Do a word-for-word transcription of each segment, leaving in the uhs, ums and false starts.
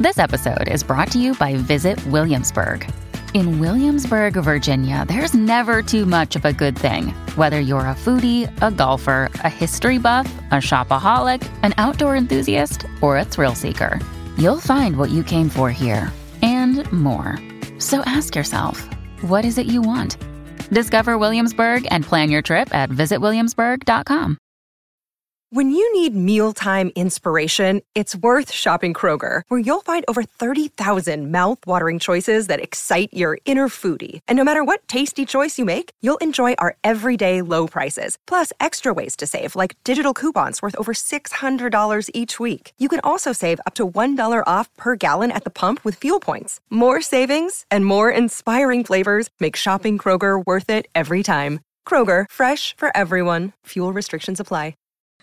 This episode is brought to you by Visit Williamsburg. In Williamsburg, Virginia, there's never too much of a good thing. Whether you're a foodie, a golfer, a history buff, a shopaholic, an outdoor enthusiast, or a thrill seeker, you'll find what you came for here and more. So ask yourself, what is it you want? Discover Williamsburg and plan your trip at visit williamsburg dot com. When you need mealtime inspiration, it's worth shopping Kroger, where you'll find over thirty thousand mouth-watering choices that excite your inner foodie. And no matter what tasty choice you make, you'll enjoy our everyday low prices, plus extra ways to save, like digital coupons worth over six hundred dollars each week. You can also save up to one dollar off per gallon at the pump with fuel points. More savings and more inspiring flavors make shopping Kroger worth it every time. Kroger, fresh for everyone. Fuel restrictions apply.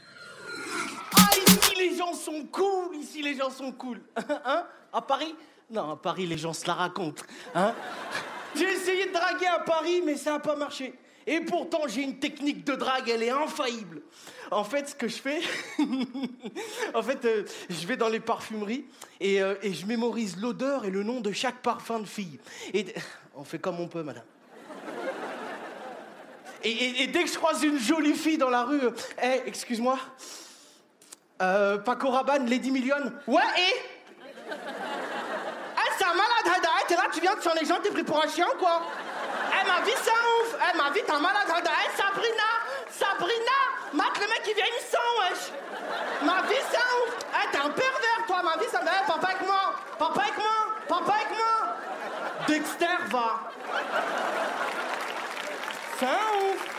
Les gens sont cool, ici les gens sont cool. Hein? À Paris? Non, à Paris, les gens se la racontent. Hein? J'ai essayé de draguer à Paris, mais ça n'a pas marché. Et pourtant, j'ai une technique de drague, elle est infaillible. En fait, ce que je fais... en fait, euh, je vais dans les parfumeries et, euh, et je mémorise l'odeur et le nom de chaque parfum de fille. Et on fait comme on peut, madame. Et, et, et dès que je croise une jolie fille dans la rue... Hé, hey, excuse-moi... Euh, Paco Rabanne, Lady Million. Ouais, et hey, c'est un malade, Hada. Hey, t'es là, tu viens de faire les gens, t'es pris pour un chien, quoi. Hey, ma vie, c'est un ouf. Hey, ma vie, t'es un malade, Hada. Hey, Sabrina, Sabrina. Matt, le mec, il vient une sang, wesh. Ma vie, c'est un ouf. Hey, t'es un pervers, toi. Ma vie, ça me hey, papa avec moi. Papa avec moi. Papa avec moi. Dexter, va. C'est un ouf.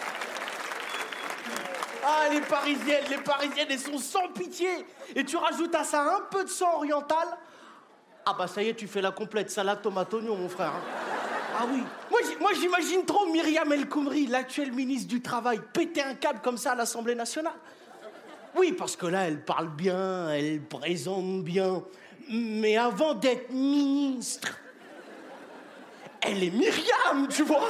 Ah, les Parisiennes, les Parisiennes, elles sont sans pitié. Et tu rajoutes à ça un peu de sang oriental. Ah bah ça y est, tu fais la complète, salade, tomate, oignon, mon frère. Ah oui. Moi, moi j'imagine trop Myriam El Khomri, l'actuelle ministre du Travail, péter un câble comme ça à l'Assemblée nationale. Oui, parce que là, elle parle bien, elle présente bien. Mais avant d'être ministre, elle est Myriam, tu vois.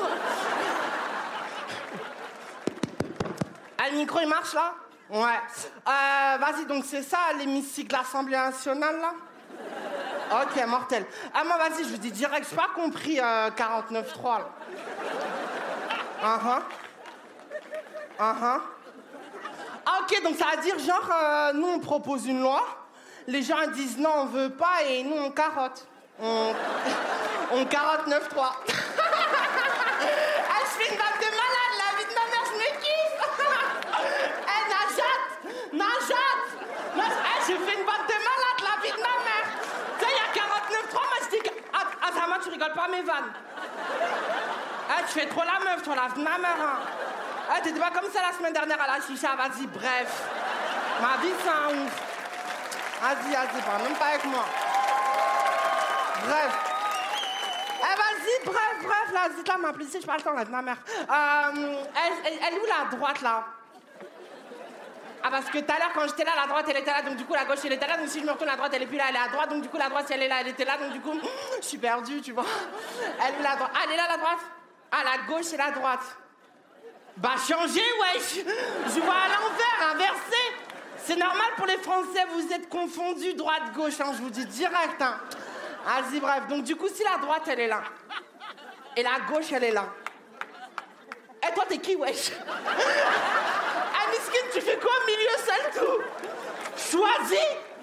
Ah, le micro, il marche, là? Ouais. Euh, vas-y, donc c'est ça, l'hémicycle de l'Assemblée nationale, là? Ok, mortel. Ah, moi, vas-y, je vous dis direct, j'ai pas compris euh, quarante-neuf trois, là. Uh-huh. Uh-huh. Ah, ok, donc ça veut dire, genre, euh, nous, on propose une loi, les gens ils disent non, on veut pas, et nous, on carotte. On, on quarante-neuf trois. Ah, je fais une vague de malade, la vie de ma mère, je me kiffe. Najat! Najat! Hey, j'ai fait une bande de malade, la vie de ma mère! Tu sais, il y a quarante-neuf trois, moi je dis... Ah, Azama, tu rigoles pas à mes vannes. Hey, tu fais trop la meuf, toi, la vie de ma mère, hein. Hey, t'étais pas comme ça la semaine dernière à la chicha, vas-y, bref. Ma vie, c'est un ouf. Vas-y, vas-y, parle même pas avec moi. Bref. Eh, vas-y, bref, bref, là, dites-là, m'applaudissez, je parle le temps, la vie de ma mère. Euh, elle, elle, elle est où, la droite, là? Ah, parce que tout à l'heure, quand j'étais là, la droite, elle était là, donc du coup, la gauche, elle était là, donc si je me retourne, la droite, elle est plus là, elle est à droite, donc du coup, la droite, si elle est là, elle était là, donc du coup, je suis perdue, tu vois. Elle est la droite. Ah, elle est là, la droite? Ah, la gauche et la droite. Bah, changez, wesh. Je vois à l'envers, inversé. C'est normal pour les Français, vous êtes confondus droite-gauche, hein, je vous dis direct, hein. Vas-y, bref. Donc, du coup, si la droite, elle est là, et la gauche, elle est là. Eh, toi, t'es qui, wesh? Ah, Miskin, tu fais quoi au milieu, seul tout? Choisis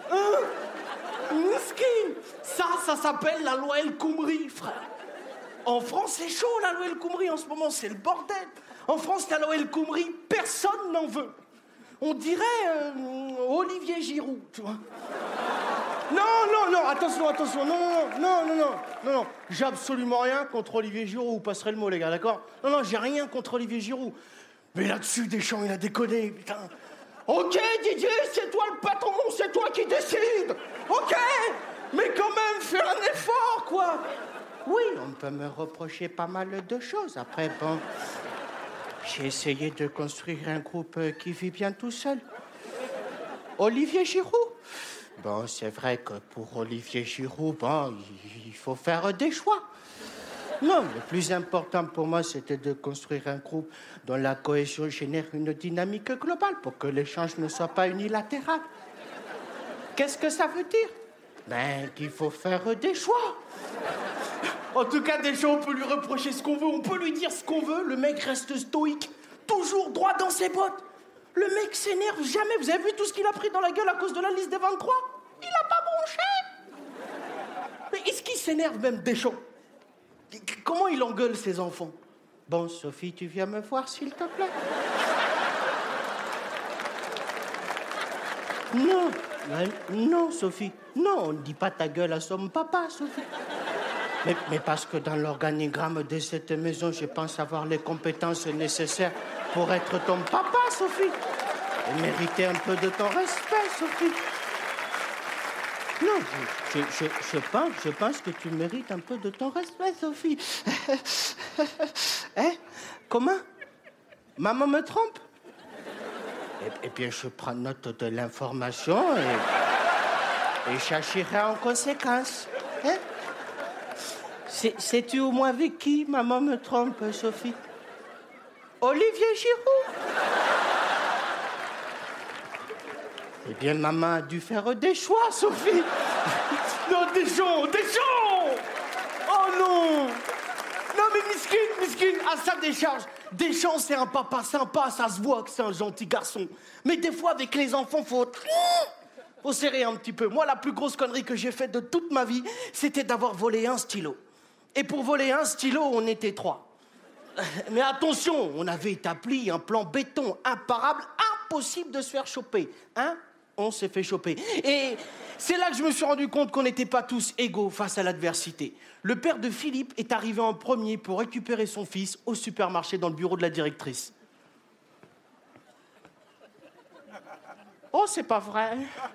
hein? Miskin. Ça, ça s'appelle la loi El Khomri, frère. En France, c'est chaud, la loi El Khomri, en ce moment, c'est le bordel. En France, la loi El Khomri, personne n'en veut. On dirait euh, Olivier Giroud, tu vois. Non, non, non, attention, attention, non, non, non, non, non, non, non. J'ai absolument rien contre Olivier Giroud, vous passerez le mot, les gars, d'accord? Non, non, j'ai rien contre Olivier Giroud. Mais là-dessus, Deschamps, il a déconné, putain. Ok, Didier, c'est toi le patron, c'est toi qui décide. Ok, mais quand même, fais un effort, quoi. Oui, on peut me reprocher pas mal de choses. Après, bon, j'ai essayé de construire un groupe qui vit bien tout seul. Olivier Giroud. Bon, c'est vrai que pour Olivier Giroud, bon, il faut faire des choix. Non, le plus important pour moi, c'était de construire un groupe dont la cohésion génère une dynamique globale pour que l'échange ne soit pas unilatéral. Qu'est-ce que ça veut dire? Ben, qu'il faut faire des choix. En tout cas, déjà, on peut lui reprocher ce qu'on veut, on peut lui dire ce qu'on veut. Le mec reste stoïque, toujours droit dans ses bottes. Le mec s'énerve jamais. Vous avez vu tout ce qu'il a pris dans la gueule à cause de la liste des vingt-trois? Il a pas bronché. Mais est-ce qu'il s'énerve même, Deschamps? Comment il engueule ses enfants? Bon, Sophie, tu viens me voir, s'il te plaît? Non, non, Sophie. Non, on ne dit pas ta gueule à son papa, Sophie. Mais, mais parce que dans l'organigramme de cette maison, je pense avoir les compétences nécessaires pour être ton papa, Sophie. Et mériter un peu de ton respect, Sophie. Non, je, je, je, je, pense, je pense que tu mérites un peu de ton respect, Sophie. Hein? Comment? Maman me trompe? Eh, eh bien, je prends note de l'information et, et j'agirai en conséquence. Hein? Sais-tu au moins avec qui maman me trompe, Sophie? Olivier Giroud. Eh bien, maman a dû faire des choix, Sophie. Non, Deschamps, Deschamps. Oh non. Non, mais miskin, miskin, à sa décharge. Deschamps, c'est un papa sympa, ça se voit que c'est un gentil garçon. Mais des fois, avec les enfants, faut... faut serrer un petit peu. Moi, la plus grosse connerie que j'ai faite de toute ma vie, c'était d'avoir volé un stylo. Et pour voler un stylo, on était trois. Mais attention, on avait établi un plan béton imparable, impossible de se faire choper. Hein? On s'est fait choper. Et c'est là que je me suis rendu compte qu'on n'était pas tous égaux face à l'adversité. Le père de Philippe est arrivé en premier pour récupérer son fils au supermarché dans le bureau de la directrice. Oh, c'est pas vrai.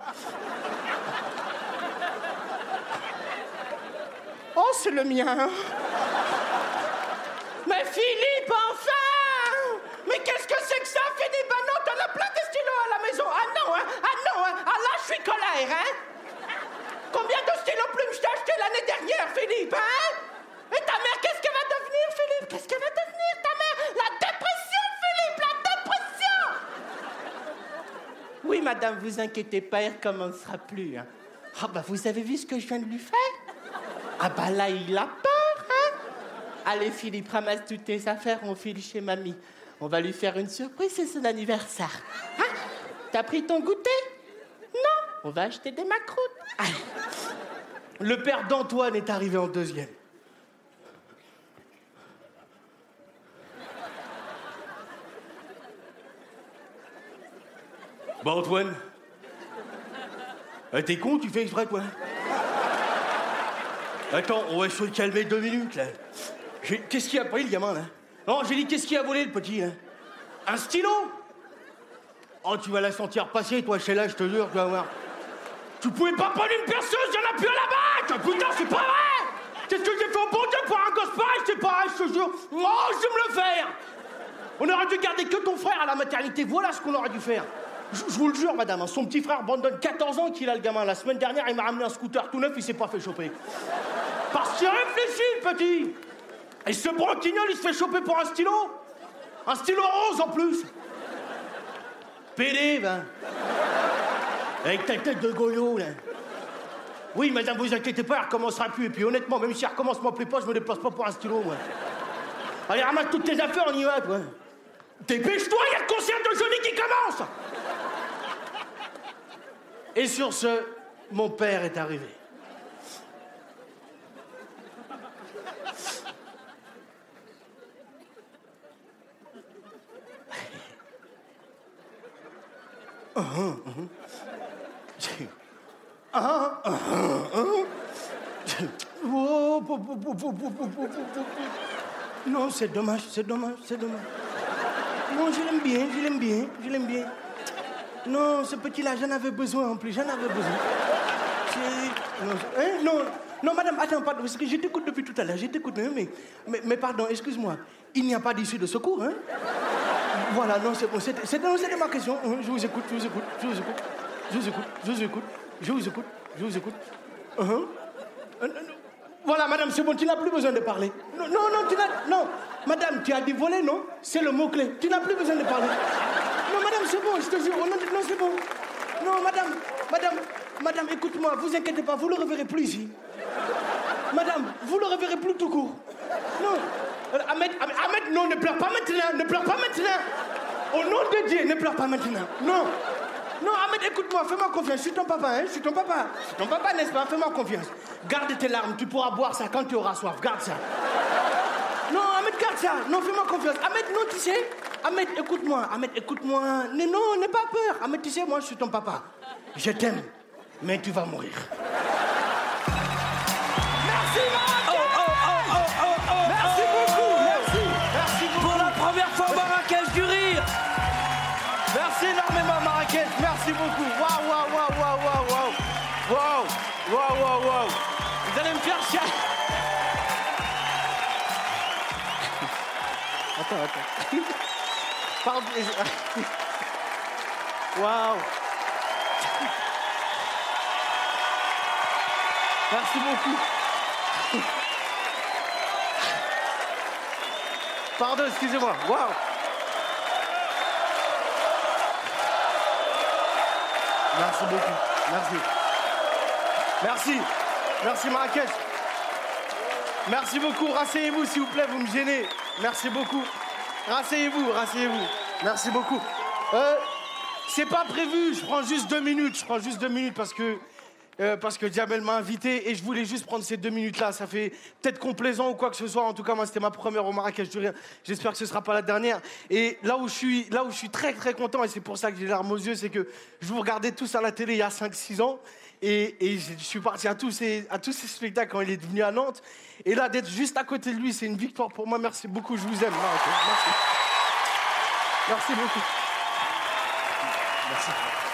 Oh, c'est le mien. Mais Philippe, enfin! Mais qu'est-ce que c'est que ça, Philippe? Ah non, t'en as plein de stylos à la maison. Ah non, hein? Ah non, hein? Ah là, je suis colère, hein? Combien de stylos plumes je t'ai acheté l'année dernière, Philippe, hein? Et ta mère, qu'est-ce qu'elle va devenir, Philippe? Qu'est-ce qu'elle va devenir, ta mère? La dépression, Philippe, la dépression! Oui, madame, vous inquiétez pas, elle recommencera plus, hein. Ah bah, vous avez vu ce que je viens de lui faire? Ah bah là, il a peur, hein? Allez, Philippe, ramasse toutes tes affaires, on file chez mamie. On va lui faire une surprise, c'est son anniversaire. Hein? T'as pris ton goûter? Non, on va acheter des macroutes. Allez. Le père d'Antoine est arrivé en deuxième. Bon, Antoine. Euh, t'es con, tu fais exprès, toi? Attends, on va se calmer deux minutes, là. J'ai... Qu'est-ce qu'il a pris, le gamin, là? Non, j'ai dit, qu'est-ce qu'il a volé, le petit, là? Un stylo? Oh, tu vas la sentir passer, toi, chez là, je te jure, tu vas voir. Tu pouvais pas prendre une perceuse, y'en a plus à la bac! Putain, c'est pas vrai! Qu'est-ce que j'ai fait au bon Dieu pour un gosse pareil? C'est pareil, je te jure. Oh, je vais me le faire! On aurait dû garder que ton frère à la maternité, voilà ce qu'on aurait dû faire. Je, je vous le jure, madame, hein, son petit frère Brandon, quatorze ans qu'il a, le gamin. La semaine dernière, il m'a ramené un scooter tout neuf, il s'est pas fait choper. Parce qu'il réfléchit, le petit. Et ce broquignol, il se fait choper pour un stylo. Un stylo rose, en plus. Pédé, ben. Avec ta tête de goyot, là. Oui, madame, vous inquiétez pas, elle recommencera plus. Et puis, honnêtement, même si elle recommence, m'en plaît pas, je me déplace pas pour un stylo, moi. Allez, ramasse toutes tes affaires, on y va, toi. Dépêche-toi, il y a le concert de Johnny qui commence. Et sur ce, mon père est arrivé. Uh-huh, uh-huh. Ah, ah, ah. Oh, po, po, po, po, po, po, po, po. Non, c'est dommage, c'est dommage, c'est dommage. Non, je l'aime bien, je l'aime bien, je l'aime bien. Non, ce petit-là, j'en avais besoin en plus, j'en avais besoin. Non, hein? non, non, madame, attends, pardon, parce que je t'écoute depuis tout à l'heure, je t'écoute, mais, mais, mais pardon, excuse-moi, il n'y a pas d'issue de secours, hein? Voilà, non, c'est bon, c'était, c'était, c'était ma question. Je vous écoute, je vous écoute, je vous écoute, je vous écoute, je vous écoute, je vous écoute, je vous écoute. Uh-huh. Uh, uh, voilà, madame, c'est bon, tu n'as plus besoin de parler. Non, non, non, tu n'as... Non, madame, tu as dit voler, non? C'est le mot-clé. Tu n'as plus besoin de parler. Non, madame, c'est bon, je te jure. Non, non, c'est bon. Non, madame, madame, Madame, écoute-moi, vous inquiétez pas, vous le reverrez plus ici. Madame, vous le reverrez plus tout court. Non. Ahmed, Ahmed, Ahmed, non, ne pleure pas maintenant, ne pleure pas maintenant. Au nom de Dieu, ne pleure pas maintenant. Non. Non, Ahmed, écoute-moi, fais-moi confiance. Je suis ton papa, hein, je suis ton papa. Je suis ton papa, n'est-ce pas? Fais-moi confiance. Garde tes larmes, tu pourras boire ça quand tu auras soif. Garde ça. Non, Ahmed, garde ça. Non, fais-moi confiance. Ahmed, non, tu sais. Ahmed, écoute-moi. Ahmed, écoute-moi. Non, non, n'aie pas peur. Ahmed, tu sais, moi, je suis ton papa. Je t'aime, mais tu vas mourir. Merci, Marrakech. Oh, oh, oh, oh, oh, oh, Merci oh, beaucoup. oh. Merci. Merci beaucoup. Pour la première fois, Marrakech du rire. Merci énormément, Marrakech. Merci beaucoup. Waouh, waouh, waouh, waouh, waouh, waouh. Waouh, waouh, waouh, waouh. Vous allez me faire chier. Attends, attends. Pardon. Waouh. Merci beaucoup. Pardon, excusez-moi. Waouh. Merci beaucoup. Merci. Merci. Merci Marrakech. Merci beaucoup. Rasseyez-vous, s'il vous plaît, vous me gênez. Merci beaucoup. Rasseyez-vous, rasseyez-vous. Merci beaucoup. Euh, c'est pas prévu, je prends juste deux minutes. Je prends juste deux minutes parce que, euh, parce que Djamel m'a invité et je voulais juste prendre ces deux minutes-là. Ça fait peut-être complaisant ou quoi que ce soit. En tout cas, moi, c'était ma première au Marrakech du Rire. J'espère que ce sera pas la dernière. Et là où je suis, là où je suis très, très content, et c'est pour ça que j'ai les larmes aux yeux, c'est que je vous regardais tous à la télé il y a cinq six ans. Et, et je suis parti à tous, ces, à tous ces spectacles quand il est venu à Nantes. Et là, d'être juste à côté de lui, c'est une victoire pour moi. Merci beaucoup, je vous aime. Marrakech. Merci. Merci beaucoup. Merci.